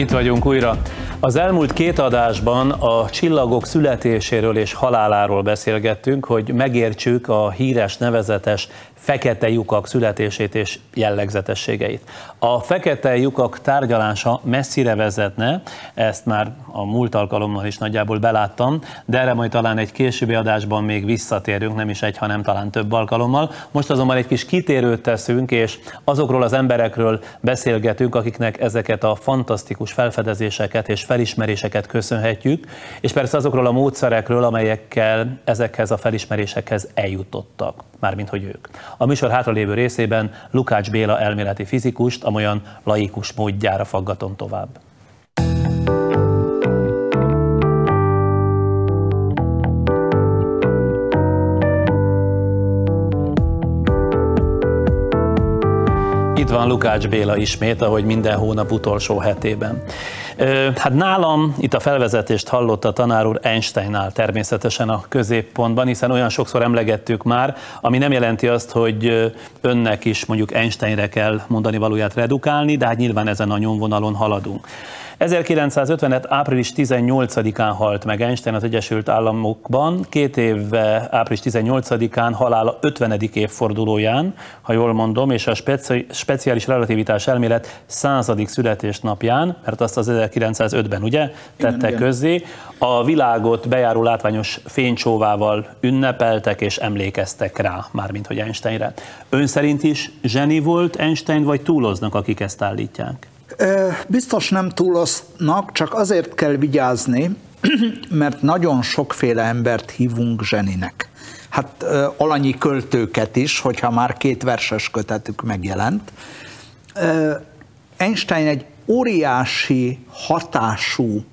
Itt vagyunk újra. Az elmúlt két adásban a csillagok születéséről és haláláról beszélgettünk, hogy megértsük a híres, nevezetes fekete lyukak születését és jellegzetességeit. A fekete lyukak tárgyalása messzire vezetne, ezt már a múlt alkalommal is nagyjából beláttam, de erre majd talán egy későbbi adásban még visszatérünk, nem is egy, hanem talán több alkalommal. Most azonban egy kis kitérőt teszünk, és azokról az emberekről beszélgetünk, akiknek ezeket a fantasztikus felfedezéseket és felismeréseket köszönhetjük, és persze azokról a módszerekről, amelyekkel ezekhez a felismerésekhez eljutottak, mármint hogy ők. A műsor hátralévő részében Lukács Béla elméleti fizikust amolyan laikus módjára faggatom tovább. Itt van Lukács Béla ismét, ahogy minden hónap utolsó hetében. Hát nálam, itt a felvezetést hallotta a tanár úr, Einstein áll természetesen a középpontban, hiszen olyan sokszor emlegettük már, ami nem jelenti azt, hogy önnek is mondjuk Einsteinre kell mondani valóját redukálni, de hát nyilván ezen a nyomvonalon haladunk. 1950. április 18-án halt meg Einstein az Egyesült Államokban, 2 éve április 18-án halála 50. évfordulóján, ha jól mondom, és a speciális relativitás elmélet 100. születésnapján, mert azt az 1905-ben ugye tette közzé, a világot bejáró látványos fénycsóvával ünnepeltek és emlékeztek rá, mármint hogy Einsteinre. Ön szerint is zseni volt Einstein, vagy túloznak, akik ezt állítják? Biztos nem túloznak, csak azért kell vigyázni, mert nagyon sokféle embert hívunk zseninek. Hát alanyi költőket is, hogyha már 2 verses kötetük megjelent. Einstein egy óriási hatású,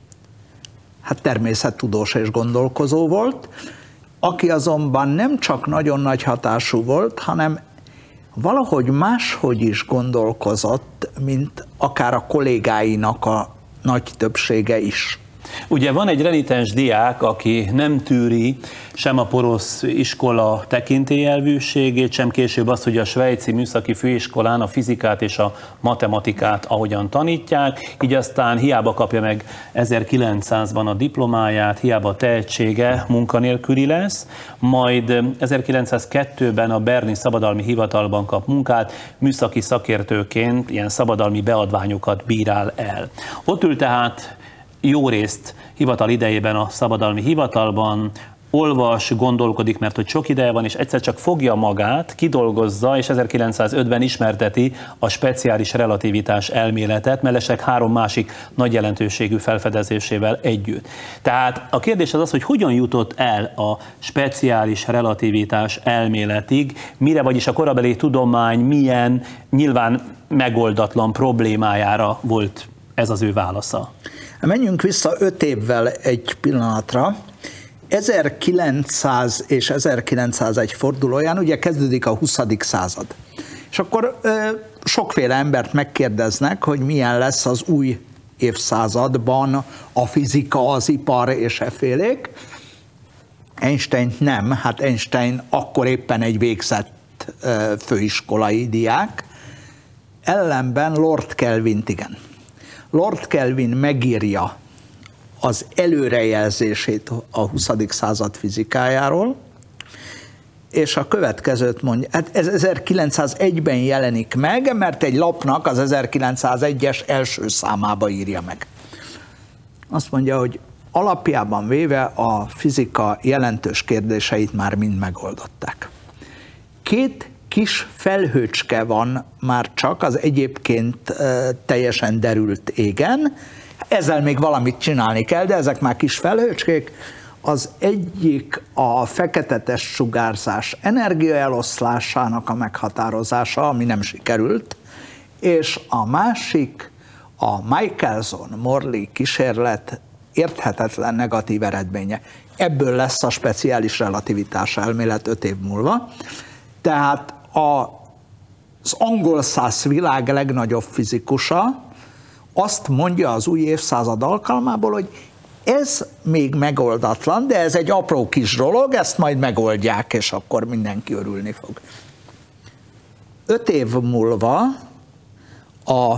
természettudós és gondolkozó volt, aki azonban nem csak nagyon nagy hatású volt, hanem valahogy máshogy is gondolkozott, mint akár a kollégáinak a nagy többsége is. Ugye van egy renitens diák, aki nem tűri sem a porosz iskola tekintélyelvűségét, sem később azt, hogy a svájci műszaki főiskolán a fizikát és a matematikát ahogyan tanítják, így aztán hiába kapja meg 1900-ban a diplomáját, hiába tehetsége, munkanélküli lesz, majd 1902-ben a berni szabadalmi hivatalban kap munkát, műszaki szakértőként ilyen szabadalmi beadványokat bírál el. Ott ül tehát jó részt hivatal idejében a szabadalmi hivatalban, olvas, gondolkodik, mert hogy sok ideje van, és egyszer csak fogja magát, kidolgozza, és 1905-ben ismerteti a speciális relativitás elméletet, mellesleg 3 másik nagy jelentőségű felfedezésével együtt. Tehát a kérdés az, hogy hogyan jutott el a speciális relativitás elméletig, mire, vagyis a korabeli tudomány milyen nyilván megoldatlan problémájára volt ez az ő válasza. Menjünk vissza 5 évvel egy pillanatra. 1900 és 1901 fordulóján ugye kezdődik a 20. század. És akkor sokféle embert megkérdeznek, hogy milyen lesz az új évszázadban a fizika, az ipar és effélék. Einstein nem, hát Einstein akkor éppen egy végzett főiskolai diák. Ellenben Lord Kelvint igen. Lord Kelvin megírja az előrejelzését a 20. század fizikájáról, és a következőt mondja, hát ez 1901-ben jelenik meg, mert egy lapnak az 1901-es első számába írja meg. Azt mondja, hogy alapjában véve a fizika jelentős kérdéseit már mind megoldották. 2 kis felhőcske van már csak az egyébként teljesen derült égen, ezzel még valamit csinálni kell, de ezek már kis felhőcskék. Az egyik a fekete-test sugárzás energiaeloszlásának a meghatározása, ami nem sikerült, és a másik a Michelson-Morley kísérlet érthetetlen negatív eredménye. Ebből lesz a speciális relativitás elmélet 5 év múlva. Tehát az angol száz világ legnagyobb fizikusa azt mondja az új évszázad alkalmából, hogy ez még megoldatlan, de ez egy apró kis dolog, ezt majd megoldják, és akkor mindenki örülni fog. 5 év múlva a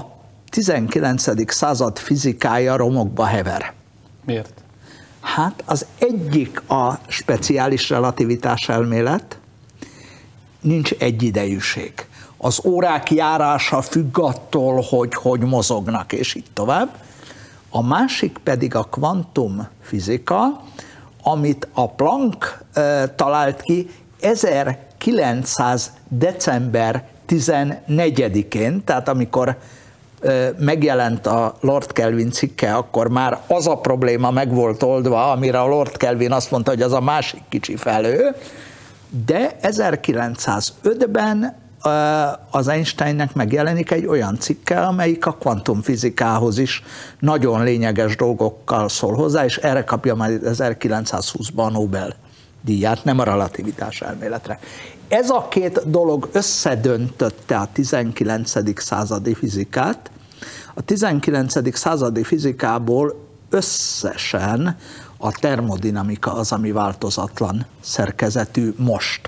19. század fizikája romokba hever. Miért? Hát az egyik a speciális relativitás elmélet, nincs egyidejűség. Az órák járása függ attól, hogy mozognak, és így tovább. A másik pedig a kvantumfizika, amit a Planck talált ki 1900. december 14-én, tehát amikor megjelent a Lord Kelvin cikke, akkor már az a probléma meg volt oldva, amire a Lord Kelvin azt mondta, hogy az a másik kicsi felhő, de 1905-ben az Einsteinnek megjelenik egy olyan cikke, amelyik a kvantumfizikához is nagyon lényeges dolgokkal szól hozzá, és erre kapja majd 1920-ban a Nobel-díját, nem a relativitás elméletre. Ez a két dolog összedöntötte a 19. századi fizikát. A 19. századi fizikából összesen a termodinamika az, ami változatlan szerkezetű most.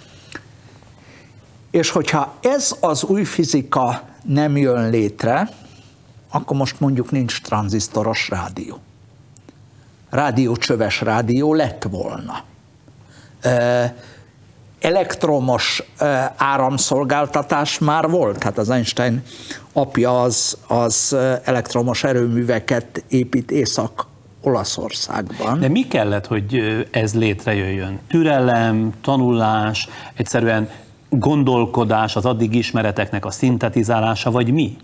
És hogyha ez az új fizika nem jön létre, akkor most mondjuk nincs tranzisztoros rádió. Rádiócsöves rádió lett volna. Elektromos áramszolgáltatás már volt, hát az Einstein apja az elektromos erőműveket épít Észak-Olaszországban. De mi kellett, hogy ez létrejöjjön? Türelem, tanulás, egyszerűen gondolkodás, az addigi ismereteknek a szintetizálása, vagy mi?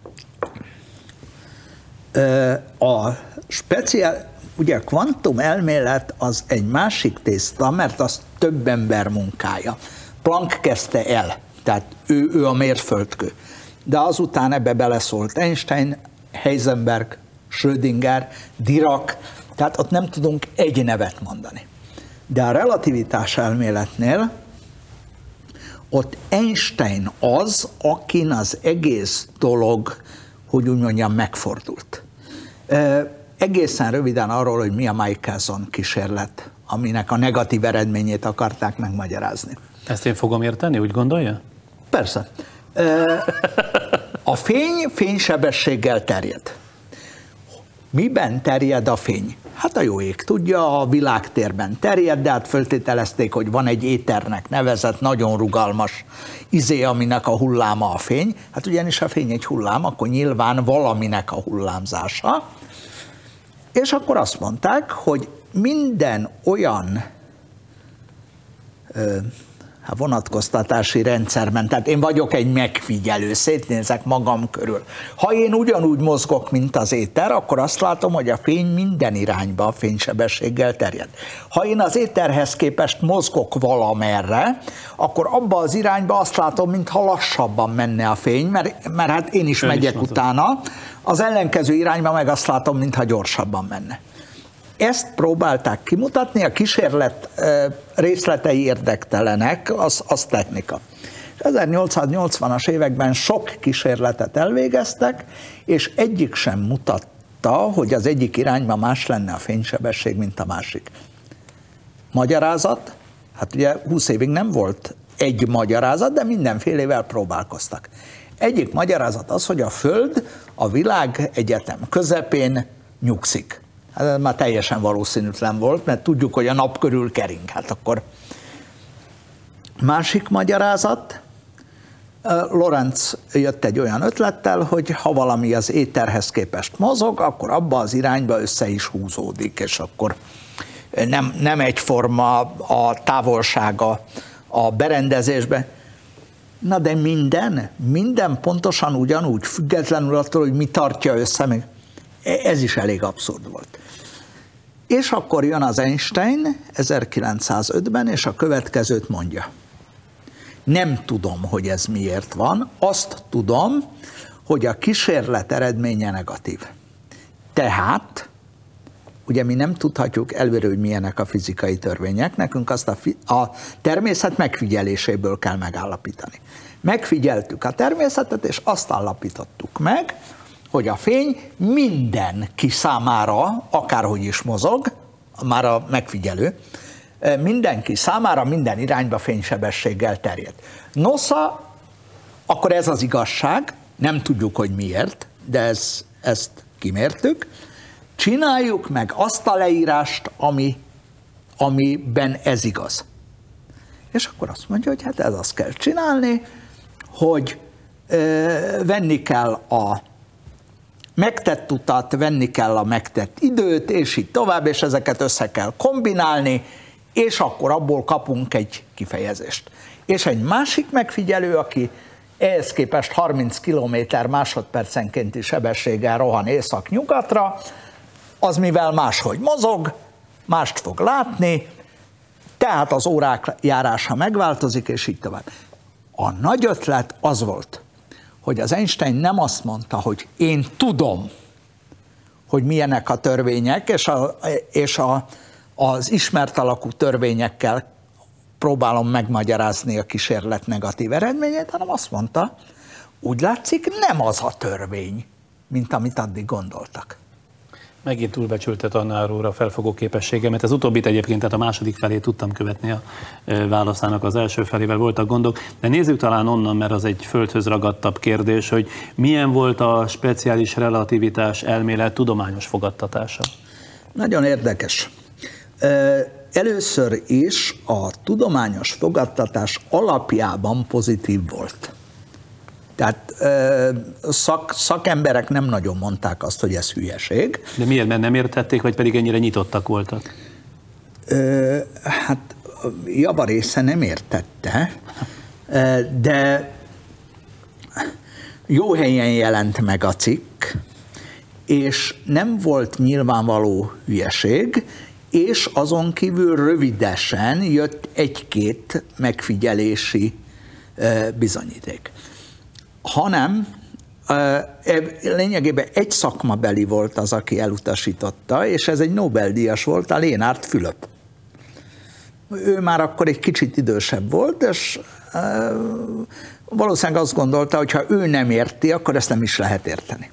Ugye a kvantum elmélet az egy másik tészta, mert az több ember munkája. Planck kezdte el, tehát ő a mérföldkő. De azután ebbe beleszólt Einstein, Heisenberg, Schrödinger, Dirac, tehát ott nem tudunk egy nevet mondani. De a relativitás elméletnél ott Einstein az, akin az egész dolog, hogy úgy mondjam, megfordult. Egészen röviden arról, hogy mi a Michelson kísérlet, aminek a negatív eredményét akarták megmagyarázni. Ezt én fogom érteni, úgy gondolja? Persze. A fény fénysebességgel terjed. Miben terjed a fény? Hát a jó ég tudja, a világtérben terjed, de hát föltételezték, hogy van egy éternek nevezett, nagyon rugalmas aminek a hulláma a fény. Hát ugyanis a fény egy hullám, akkor nyilván valaminek a hullámzása. És akkor azt mondták, hogy minden olyan vonatkoztatási rendszerben, tehát én vagyok egy megfigyelő, szétnézek magam körül. Ha én ugyanúgy mozgok, mint az éter, akkor azt látom, hogy a fény minden irányba a fénysebességgel terjed. Ha én az éterhez képest mozgok valamerre, akkor abba az irányba azt látom, mintha lassabban menne a fény, mert hát én is megyek utána, az ellenkező irányba meg azt látom, mintha gyorsabban menne. Ezt próbálták kimutatni, a kísérlet részletei érdektelenek, az technika. 1880-as években sok kísérletet elvégeztek, és egyik sem mutatta, hogy az egyik irányban más lenne a fénysebesség, mint a másik. Magyarázat? Hát ugye 20 évig nem volt egy magyarázat, de mindenfélevel próbálkoztak. Egyik magyarázat az, hogy a Föld a világegyetem közepén nyugszik. Hát ez már teljesen valószínűtlen volt, mert tudjuk, hogy a nap körül kering. Hát akkor másik magyarázat, Lorentz jött egy olyan ötlettel, hogy ha valami az éterhez képest mozog, akkor abba az irányba össze is húzódik, és akkor nem egyforma a távolsága a berendezésbe. Na de minden pontosan ugyanúgy, függetlenül attól, hogy mi tartja össze, meg ez is elég abszurd volt. És akkor jön az Einstein 1905-ben, és a következőt mondja. Nem tudom, hogy ez miért van, azt tudom, hogy a kísérlet eredménye negatív. Tehát, ugye mi nem tudhatjuk előre, hogy milyenek a fizikai törvények, nekünk azt a természet megfigyeléséből kell megállapítani. Megfigyeltük a természetet, és azt állapítottuk meg, hogy a fény mindenki számára, akárhogy is mozog, már a megfigyelő, mindenki számára minden irányba fénysebességgel terjed. Nosza, akkor ez az igazság, nem tudjuk, hogy miért, de ezt kimértük, csináljuk meg azt a leírást, amiben ez igaz. És akkor azt mondja, hogy hát ez azt kell csinálni, hogy venni kell a megtett utat, venni kell a megtett időt, és így tovább, és ezeket össze kell kombinálni, és akkor abból kapunk egy kifejezést. És egy másik megfigyelő, aki ehhez képest 30 km másodpercenkénti sebességgel rohan észak-nyugatra, az mivel máshogy mozog, mást fog látni, tehát az órák járása megváltozik, és így tovább. A nagy ötlet az volt, hogy az Einstein nem azt mondta, hogy én tudom, hogy milyenek a törvények, és az ismert alakú törvényekkel próbálom megmagyarázni a kísérlet negatív eredményét, hanem azt mondta, úgy látszik, nem az a törvény, mint amit addig gondoltak. Megint túlbecsülte tanár úr a felfogó képességemet. Ez utóbbit egyébként, tehát a második felét tudtam követni a válaszának, az első felével voltak gondok, de nézzük talán onnan, mert az egy földhöz ragadtabb kérdés, hogy milyen volt a speciális relativitás elmélet tudományos fogadtatása? Nagyon érdekes. Először is a tudományos fogadtatás alapjában pozitív volt. Tehát szakemberek nem nagyon mondták azt, hogy ez hülyeség. De miért? Mert nem értették, vagy pedig ennyire nyitottak voltak? Hát javarésze nem értette, de jó helyen jelent meg a cikk, és nem volt nyilvánvaló hülyeség, és azon kívül rövidesen jött egy-két megfigyelési bizonyíték. Hanem lényegében egy szakmabeli volt az, aki elutasította, és ez egy Nobel-díjas volt, a Lénárd Fülöp. Ő már akkor egy kicsit idősebb volt, és valószínűleg azt gondolta, hogy ha ő nem érti, akkor ezt nem is lehet érteni.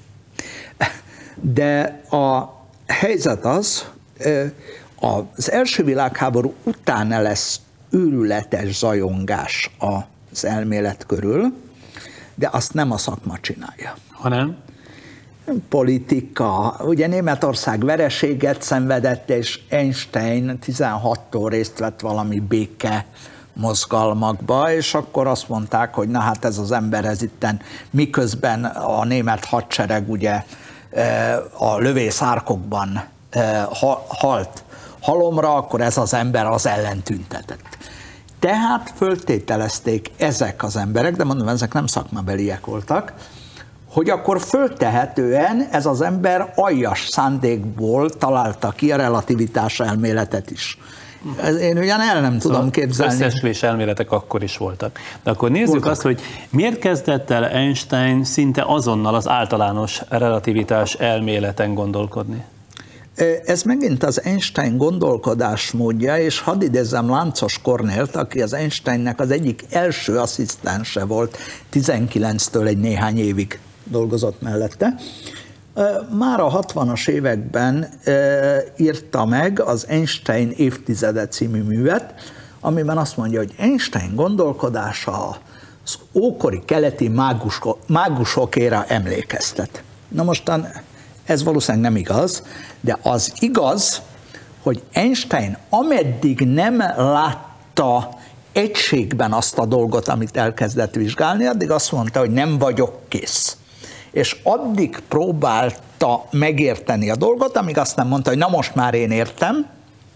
De a helyzet az első világháború után lesz őrületes zajongás az elmélet körül, de azt nem a szakma csinálja. Hanem? Politika. Ugye Németország vereséget szenvedett, és Einstein 16-tól részt vett valami béke mozgalmakba, és akkor azt mondták, hogy na hát ez az ember ez itten, miközben a német hadsereg ugye a lövészárkokban halt halomra, akkor ez az ember az ellen tüntetett. Tehát föltételezték ezek az emberek, de mondom, ezek nem szakmabeliek voltak, hogy akkor föltehetően ez az ember aljas szándékból találta ki a relativitás elméletet is. Én ugyan el nem tudom képzelni. Összeesküvés elméletek akkor is voltak. De akkor nézzük azt, hogy miért kezdett el Einstein szinte azonnal az általános relativitás elméleten gondolkodni? Ez megint az Einstein gondolkodásmódja, és hadd idézzem Láncos Kornélt, aki az Einsteinnek az egyik első asszisztense volt, 19-től egy néhány évig dolgozott mellette. Már a 60-as években írta meg az Einstein évtizede című művet, amiben azt mondja, hogy Einstein gondolkodása az ókori keleti mágusokéra emlékeztet. Na mostan ez valószínűleg nem igaz, de az igaz, hogy Einstein ameddig nem látta egységben azt a dolgot, amit elkezdett vizsgálni, addig azt mondta, hogy nem vagyok kész. És addig próbálta megérteni a dolgot, amíg azt nem mondta, hogy na most már én értem.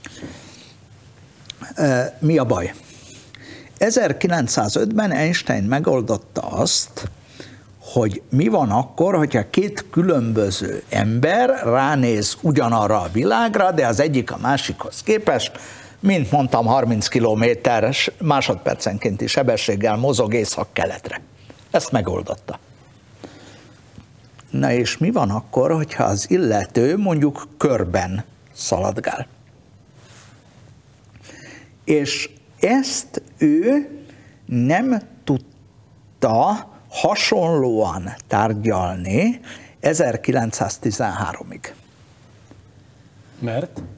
Mi a baj? 1905-ben Einstein megoldotta azt, hogy mi van akkor, hogyha két különböző ember ránéz ugyanarra a világra, de az egyik a másikhoz képest, mint mondtam, 30 km másodpercenkénti sebességgel mozog észak-keletre. Ezt megoldotta. Na és mi van akkor, hogyha az illető mondjuk körben szaladgál? És ezt ő nem tudta hasonlóan tárgyalni 1913-ig. Mert?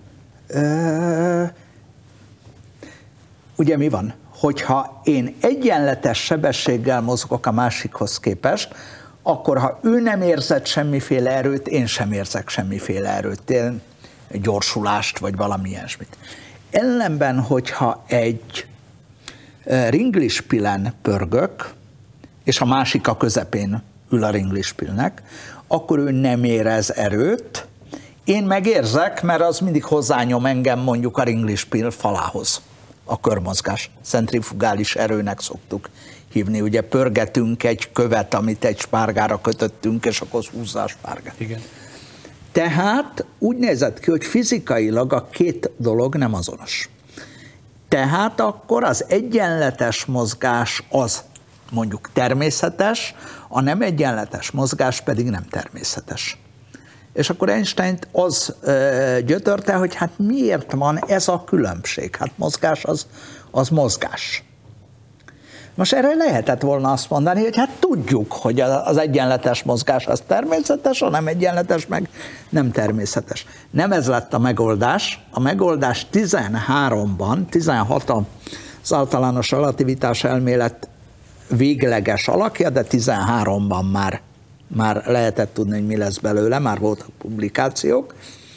Ugye mi van? Hogyha én egyenletes sebességgel mozgok a másikhoz képest, akkor ha ő nem érzett semmiféle erőt, én sem érzek semmiféle erőt, gyorsulást, vagy valami ilyesmit. Ellenben, hogyha egy ringlispilen pörgök, és a másik a közepén ül a ringlispilnek, akkor ő nem érez erőt, én megérzek, mert az mindig hozzányom engem mondjuk a ringlispil falához. A körmozgás. Centrifugális erőnek szoktuk hívni. Ugye pörgetünk egy követ, amit egy spárgára kötöttünk, és akkor húzza a spárgát. Igen. Tehát úgy nézett ki, hogy fizikailag a két dolog nem azonos. Tehát akkor az egyenletes mozgás az mondjuk természetes, a nem egyenletes mozgás pedig nem természetes. És akkor Einsteint az gyötörte, hogy hát miért van ez a különbség? Hát mozgás az mozgás. Most erre lehetett volna azt mondani, hogy hát tudjuk, hogy az egyenletes mozgás az természetes, a nem egyenletes meg nem természetes. Nem ez lett a megoldás. A megoldás 13-ban, 16 az általános relativitás elmélet végleges alakja, de 13-ban már lehetett tudni, hogy mi lesz belőle, már voltak publikációk.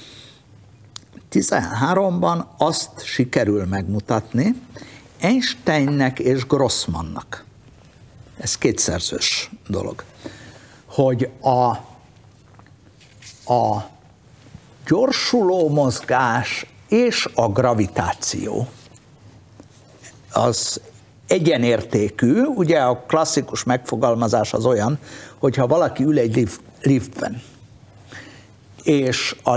13-ban azt sikerül megmutatni Einsteinnek és Grossmannnak, ez kétszerzős dolog, hogy a gyorsuló mozgás és a gravitáció az egyenértékű, ugye a klasszikus megfogalmazás az olyan, hogyha valaki ül egy liftben, és a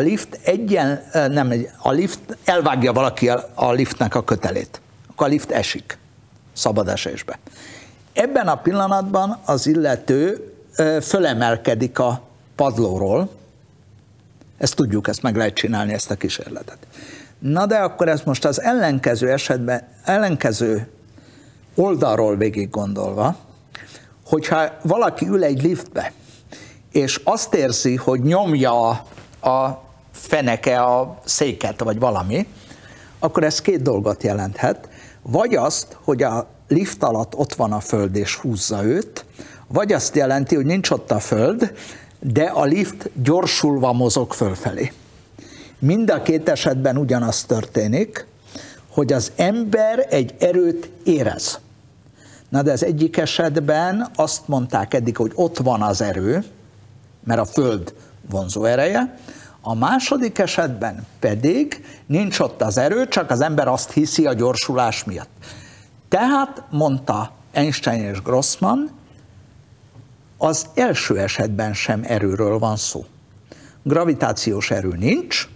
lift elvágja valaki a liftnek a kötelét, akkor a lift esik, szabad esésbe. Ebben a pillanatban az illető fölemelkedik a padlóról, ezt tudjuk, ezt meg lehet csinálni, ezt a kísérletet. Na de akkor ez most az ellenkező esetben, ellenkező oldalról végig gondolva, hogyha valaki ül egy liftbe, és azt érzi, hogy nyomja a feneke a széket, vagy valami, akkor ez két dolgot jelenthet. Vagy azt, hogy a lift alatt ott van a föld, és húzza őt, vagy azt jelenti, hogy nincs ott a föld, de a lift gyorsulva mozog fölfelé. Mind a két esetben ugyanaz történik, hogy az ember egy erőt érez. Na de az egyik esetben azt mondták eddig, hogy ott van az erő, mert a föld vonzó ereje, a második esetben pedig nincs ott az erő, csak az ember azt hiszi a gyorsulás miatt. Tehát, mondta Einstein és Grossmann, az első esetben sem erőről van szó. Gravitációs erő nincs,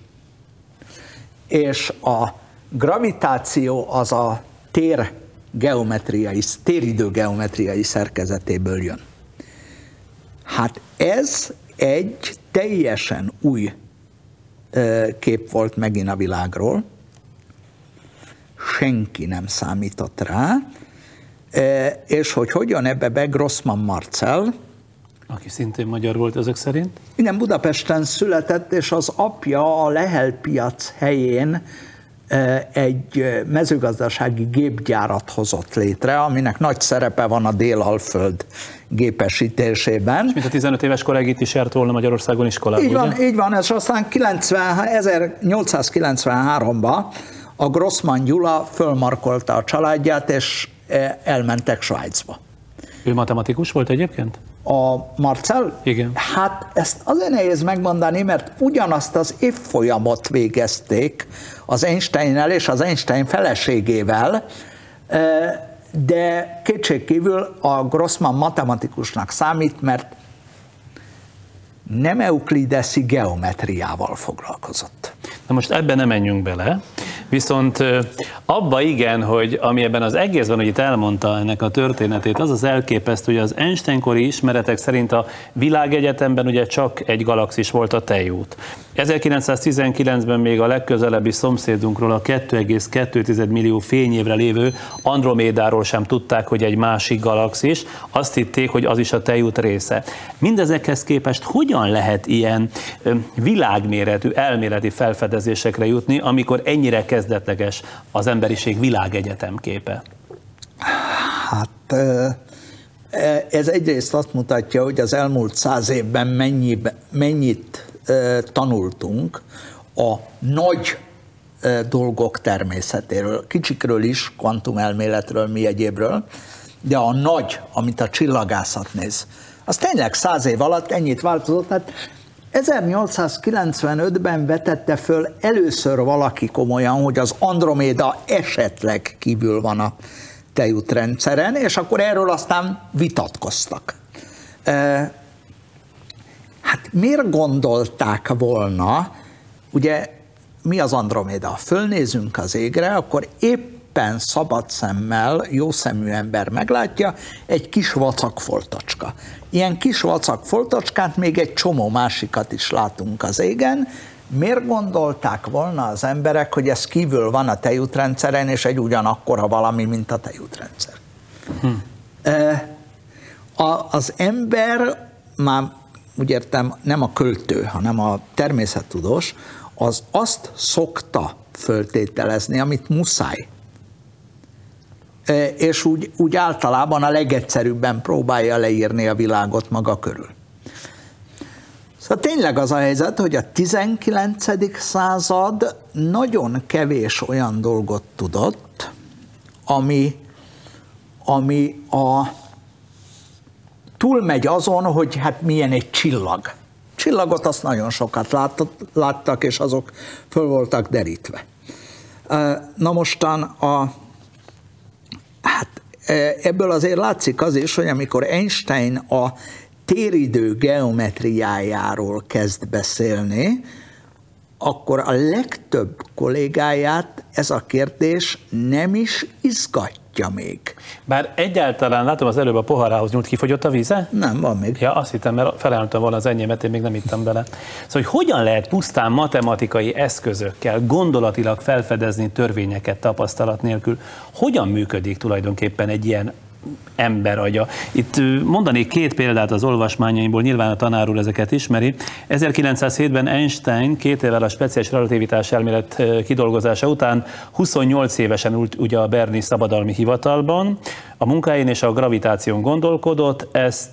és a gravitáció az a téridő geometriai szerkezetéből jön. Hát ez egy teljesen új kép volt megint a világról, senki nem számított rá, és hogy hogyan ebbe be Grossmann Marcell, aki szintén magyar volt ezek szerint. Igen, Budapesten született, és az apja a Lehel piac helyén egy mezőgazdasági gépgyárat hozott létre, aminek nagy szerepe van a Dél-Alföld gépesítésében. És mint a 15 éves koráig itt is járt volna Magyarországon iskolában, így van, és aztán 1893-ban a Grossmann Gyula fölmarkolta a családját, és elmentek Svájcba. Ő matematikus volt egyébként? A Marcell? Igen. Hát ezt azért nehéz megmondani, mert ugyanazt az évfolyamot végezték az Einsteinnel és az Einstein feleségével, de kétségkívül a Grossmann matematikusnak számít, mert nem euklideszi geometriával foglalkozott. Na most ebben nem menjünk bele, viszont abba igen, hogy ami ebben az egészben, hogy itt elmondta ennek a történetét, az az elképesztő, hogy az Einstein-kori ismeretek szerint a világegyetemben ugye csak egy galaxis volt, a Tejút. 1919-ben még a legközelebbi szomszédunkról, a 2,2 millió fényévre lévő Andromédáról sem tudták, hogy egy másik galaxis, azt hitték, hogy az is a Tejút része. Mindezekhez képest hogyan lehet ilyen világméretű, elméleti felfedezésekre jutni, amikor ennyire kezdetleges az emberiség világegyetem képe? Hát Ez egyrészt azt mutatja, hogy az elmúlt 100 évben mennyit tanultunk a nagy dolgok természetéről, kicsikről is, kvantumelméletről, mi egyébről, de a nagy, amit a csillagászat néz, az tényleg 100 év alatt ennyit változott. Hát 1895-ben vetette föl először valaki komolyan, hogy az Androméda esetleg kívül van a tejútrendszeren, és akkor erről aztán vitatkoztak. Hát miért gondolták volna, ugye mi az Androméda? Fölnézünk az égre, akkor éppen szabad szemmel, jó szemű ember meglátja egy kis vacak foltocska. Ilyen kis vacak foltocskát, még egy csomó másikat is látunk az égen. Miért gondolták volna az emberek, hogy ez kívül van a tejútrendszeren, és egy ugyanakkora valami, mint a tejútrendszer? Az ember, már úgy értem, nem a költő, hanem a természettudós, az azt szokta föltételezni, amit muszáj. És úgy általában a legegyszerűbben próbálja leírni a világot maga körül. Szóval tényleg az a helyzet, hogy a 19. század nagyon kevés olyan dolgot tudott, ami túlmegy azon, hogy hát milyen egy csillag. Csillagot azt nagyon sokat láttak, és azok föl voltak derítve. Na mostan ebből azért látszik az is, hogy amikor Einstein a téridő geometriájáról kezd beszélni, akkor a legtöbb kollégáját ez a kérdés nem is izgatja még. Bár egyáltalán, látom az előbb a poharához nyúlt, kifogyott a víze? Nem, van még. Ja, azt hittem, mert feleltem volna az enyémet, én még nem ittam bele. Szóval, hogy hogyan lehet pusztán matematikai eszközökkel gondolatilag felfedezni törvényeket tapasztalat nélkül? Hogyan működik tulajdonképpen egy ilyen ember agya? Itt mondanék két példát az olvasmányaimból, nyilván a tanár úr ezeket ismeri. 1907-ben Einstein 2 évvel a speciális relativitás elmélet kidolgozása után 28 évesen ült ugye a berni szabadalmi hivatalban, a munkáin és a gravitáción gondolkodott, ezt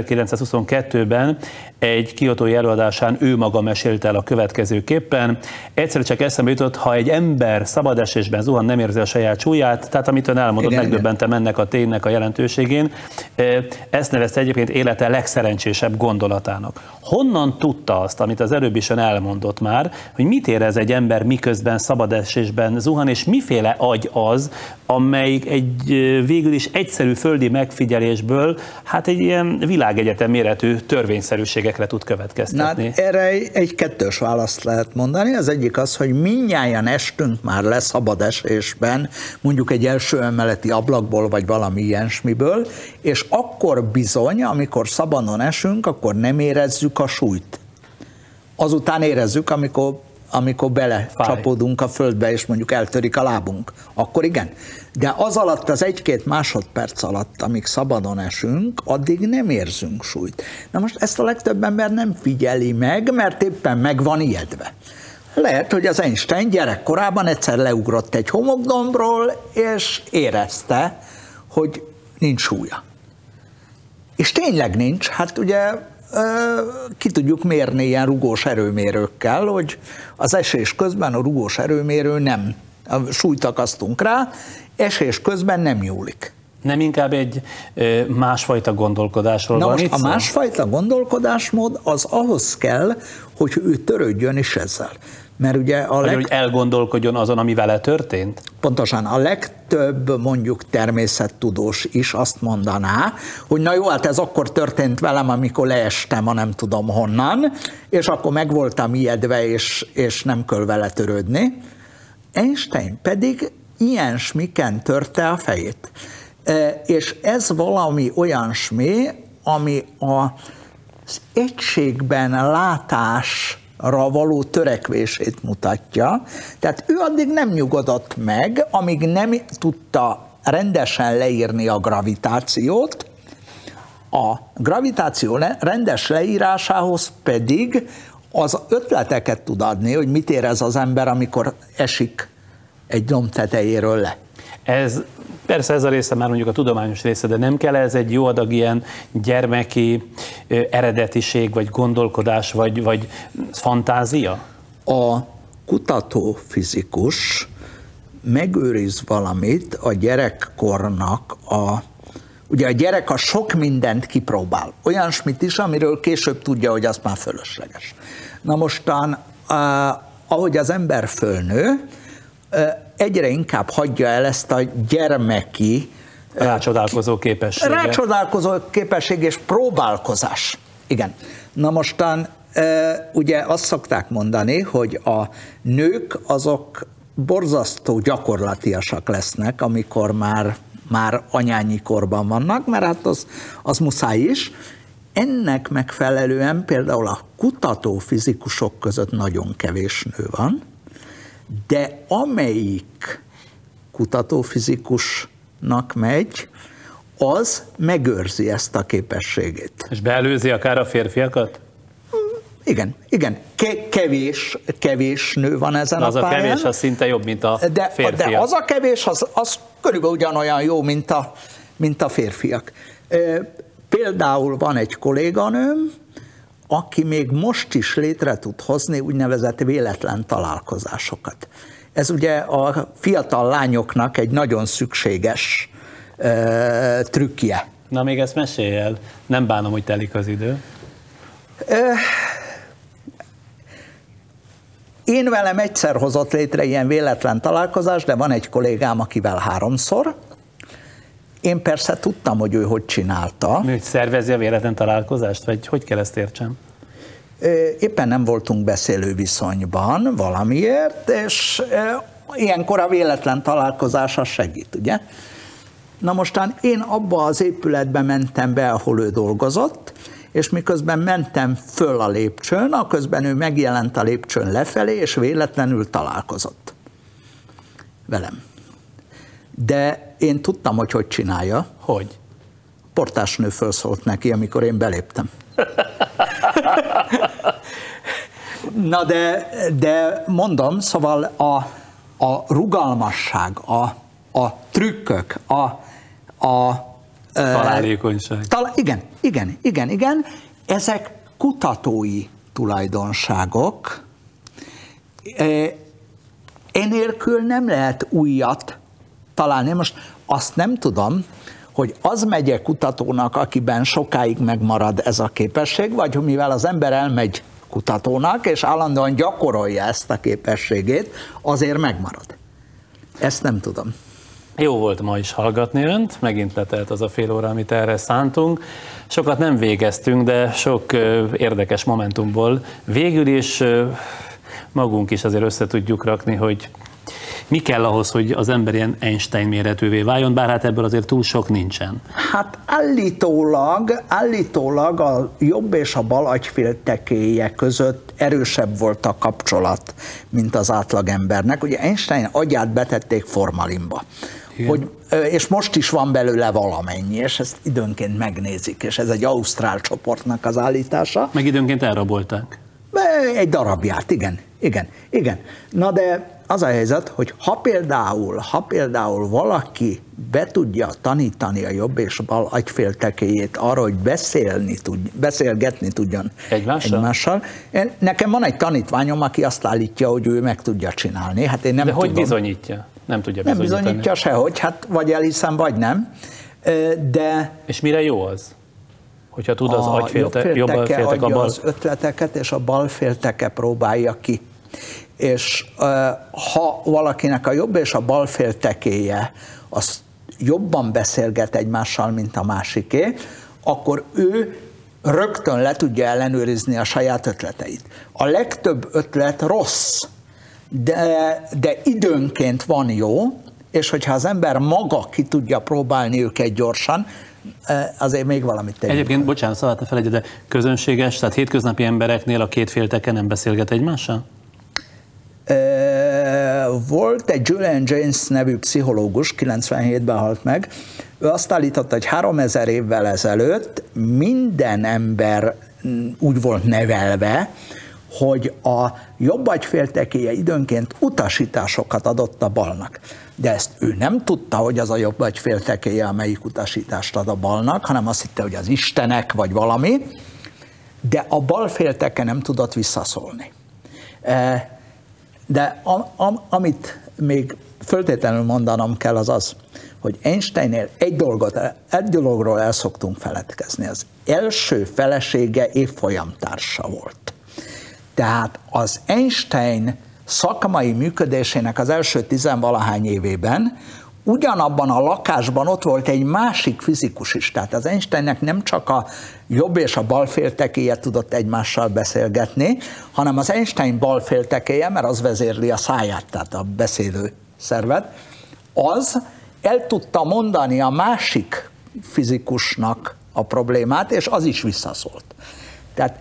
1922-ben egy kiotói előadásán ő maga mesélte el a következőképpen. Egyszer csak eszembe jutott, ha egy ember szabad esésben zuhan, nem érzi a saját súlyát, tehát amit ön elmondott, megdöbbentem ennek a ténynek a jelentőségén. Ezt nevezte egyébként élete legszerencsésebb gondolatának. Honnan tudta azt, amit az előbb is ön elmondott már, hogy mit érez egy ember, miközben szabad esésben zuhan, és miféle agy az, amelyik egy végül is egyszerű földi megfigyelésből hát egy ilyen világegyetem méretű törvényszerűségekre tud következtetni? Na, erre egy kettős választ lehet mondani. Az egyik az, hogy mindnyájan estünk már le szabad esésben, mondjuk egy első emeleti ablakból, vagy valami ilyesmiből, és akkor bizony, amikor szabadon esünk, akkor nem érezzük a súlyt. Azután érezzük, amikor belecsapódunk a földbe, és mondjuk eltörik a lábunk. Akkor igen. De az alatt, az 1-2 másodperc alatt, amíg szabadon esünk, addig nem érzünk súlyt. Na most ezt a legtöbb ember nem figyeli meg, mert éppen meg van ijedve. Lehet, hogy az Einstein gyerekkorában egyszer leugrott egy homokdombról, és érezte, hogy nincs súlya. És tényleg nincs, hát ugye ki tudjuk mérni ilyen rugós erőmérőkkel, hogy az esés közben a rugós erőmérő nem, súlyt akasztunk rá, esés közben nem nyúlik. Nem inkább egy másfajta gondolkodásról van itt? A másfajta gondolkodásmód az ahhoz kell, hogy ő törődjön is ezzel. Mert ugye hogy elgondolkodjon azon, ami vele történt? Pontosan, a legtöbb mondjuk természettudós is azt mondaná, hogy na jó, hát ez akkor történt velem, amikor leestem, nem tudom honnan, és akkor meg voltam ijedve, és nem kell vele törődni. Einstein pedig ilyensmiken törte a fejét. És ez valami olyasmi, ami az egységben látásra való törekvését mutatja. Tehát ő addig nem nyugodott meg, amíg nem tudta rendesen leírni a gravitációt. A gravitáció rendes leírásához pedig az ötleteket tud adni, hogy mit érez az ember, amikor esik egy domb tetejéről le. Persze ez a része már mondjuk a tudományos része, de nem kell ez egy jó adag ilyen gyermeki eredetiség, vagy gondolkodás, vagy fantázia? A kutatófizikus megőriz valamit a gyerekkornak, ugye a gyerek a sok mindent kipróbál. Olyasmit is, amiről később tudja, hogy az már fölösleges. Na mostan, ahogy az ember fölnő, egyre inkább hagyja el ezt a gyermeki rácsodálkozó képesség és próbálkozás. Igen. Na mostan ugye azt szokták mondani, hogy a nők azok borzasztó gyakorlatiasak lesznek, amikor már anyányi korban vannak, mert hát az muszáj is. Ennek megfelelően például a kutatófizikusok között nagyon kevés nő van, de amelyik kutatófizikusnak megy, az megőrzi ezt a képességét. És beelőzi akár a férfiakat? Igen. Kevés nő van ezen a pályán. Az a kevés, az szinte jobb, mint a férfiak. De az a kevés, az körülbelül ugyanolyan jó, mint a férfiak. Például van egy kolléganőm, aki még most is létre tud hozni úgynevezett véletlen találkozásokat. Ez ugye a fiatal lányoknak egy nagyon szükséges trükkje. Na még ezt mesélj el, nem bánom, hogy telik az idő. Én velem egyszer hozott létre ilyen véletlen találkozás, de van egy kollégám, akivel 3-szor. Én persze tudtam, hogy ő hogy csinálta. Hogy szervezi a véletlen találkozást, vagy hogy kell ezt értsem? Éppen nem voltunk beszélő viszonyban valamiért, és ilyenkor a véletlen találkozás az segít, ugye? Na mostan én abba az épületbe mentem be, ahol ő dolgozott, és miközben mentem föl a lépcsőn, aközben ő megjelent a lépcsőn lefelé, és véletlenül találkozott velem. De én tudtam, hogy csinálja. Hogy? Portásnő felszólt neki, amikor én beléptem. Na de mondom, szóval a rugalmasság, a trükkök, találékonyság. Igen. Ezek kutatói tulajdonságok. Enélkül nem lehet újat találni. Most azt nem tudom, hogy az megye kutatónak, akiben sokáig megmarad ez a képesség, vagy mivel az ember elmegy kutatónak, és állandóan gyakorolja ezt a képességét, azért megmarad. Ezt nem tudom. Jó volt ma is hallgatni önt, megint letelt az a fél óra, amit erre szántunk. Sokat nem végeztünk, de sok érdekes momentumból végül is magunk is azért össze tudjuk rakni, hogy mi kell ahhoz, hogy az ember ilyen Einstein méretűvé váljon, bár hát ebből azért túl sok nincsen. Hát állítólag a jobb és a bal agyféltekéje között erősebb volt a kapcsolat, mint az átlagembernek. Ugye Einstein agyát betették formalinba. És most is van belőle valamennyi, és ezt időnként megnézik, és ez egy ausztrál csoportnak az állítása. Meg időnként elrabolták. Egy darabját, igen. Na de az a helyzet, hogy ha például valaki be tudja tanítani a jobb és a bal agyféltekéjét arra, hogy beszélgetni tudjon egymással. Nekem van egy tanítványom, aki azt állítja, hogy ő meg tudja csinálni. Hát én nem tudom. Hogy bizonyítja? Nem tudja bizonyítani. Nem bizonyítja sehogy, hát vagy elhiszem, vagy nem. De és mire jó az? Hogyha tud az jobb féltek a bal... az ötleteket, és a bal félteke próbálja ki. És ha valakinek a jobb és a bal féltekéje az jobban beszélget egymással, mint a másiké, akkor ő rögtön le tudja ellenőrizni a saját ötleteit. A legtöbb ötlet rossz, de időnként van jó, és hogyha az ember maga ki tudja próbálni őket gyorsan, azért még valamit tegyünk. Egyébként, bocsánat, szóval te felejtjed, de közönséges, tehát hétköznapi embereknél a két félteke nem beszélget egymással? Volt egy Julian Jaynes nevű pszichológus, 97-ben halt meg, ő azt állította, hogy 3000 évvel ezelőtt minden ember úgy volt nevelve, hogy a jobb agyféltekéje időnként utasításokat adott a balnak. De ezt ő nem tudta, hogy az a jobb agyféltekéje, amelyik utasítást ad a balnak, hanem azt hitte, hogy az istenek, vagy valami, de a bal félteke nem tudott visszaszólni. De amit még föltétlenül mondanom kell, az az, hogy Einsteinnél egy dologról el szoktunk feledkezni. Az első felesége évfolyamtársa volt. Tehát az Einstein szakmai működésének az első 10-valahány évében ugyanabban a lakásban ott volt egy másik fizikus is. Tehát az Einsteinnek nem csak a jobb és a bal féltekéje tudott egymással beszélgetni, hanem az Einstein bal féltekéje, mert az vezérli a száját, tehát a beszélő szervet, az el tudta mondani a másik fizikusnak a problémát, és az is visszaszólt. Tehát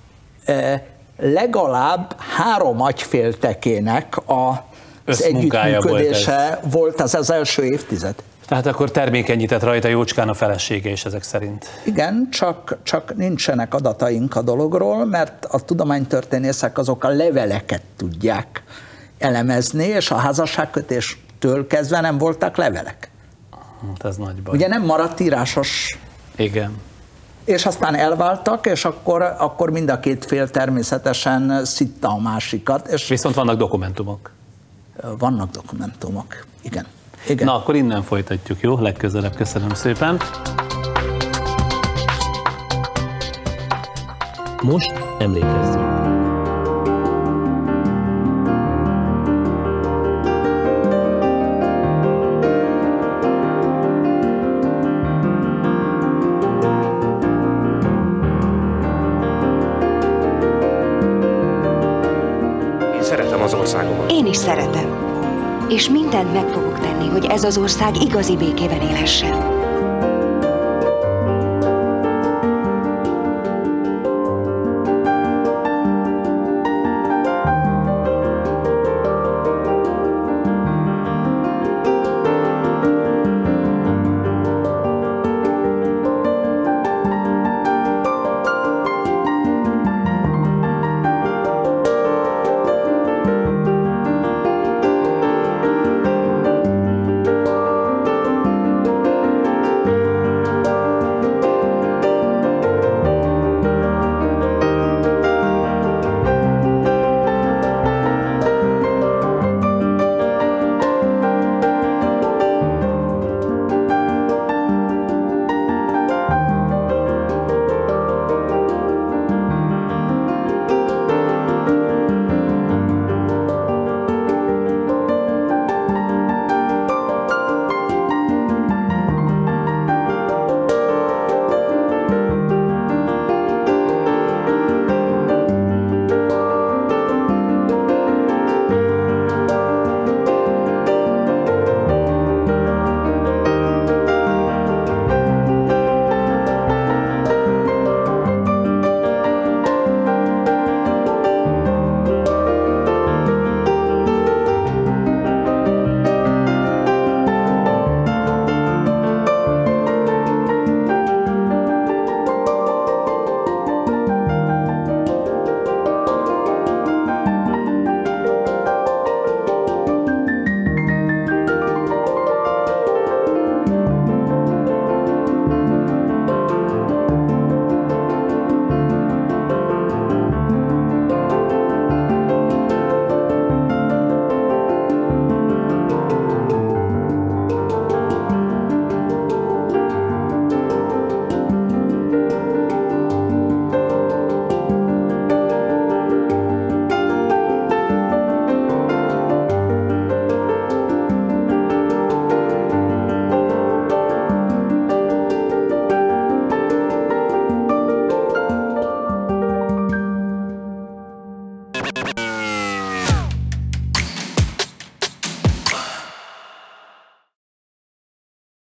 legalább 3 agyféltekének az együttműködése volt az első évtized. Tehát akkor termékenyített rajta jócskán a felesége is ezek szerint. Igen, csak nincsenek adataink a dologról, mert a tudománytörténészek azok a leveleket tudják elemezni, és a házasságkötéstől kezdve nem voltak levelek. Hát ez nagy baj. Ugye nem maradt írásos. Igen. És aztán elváltak, és akkor mind a két fél természetesen szitta a másikat. És viszont vannak dokumentumok. Vannak dokumentumok, igen. Igen. Na, akkor innen folytatjuk, jó? Legközelebb, köszönöm szépen. Most emlékezzünk. Én szeretem az országomat. Én is szeretem. És mindent meg fogok tenni, hogy ez az ország igazi békében élhessen.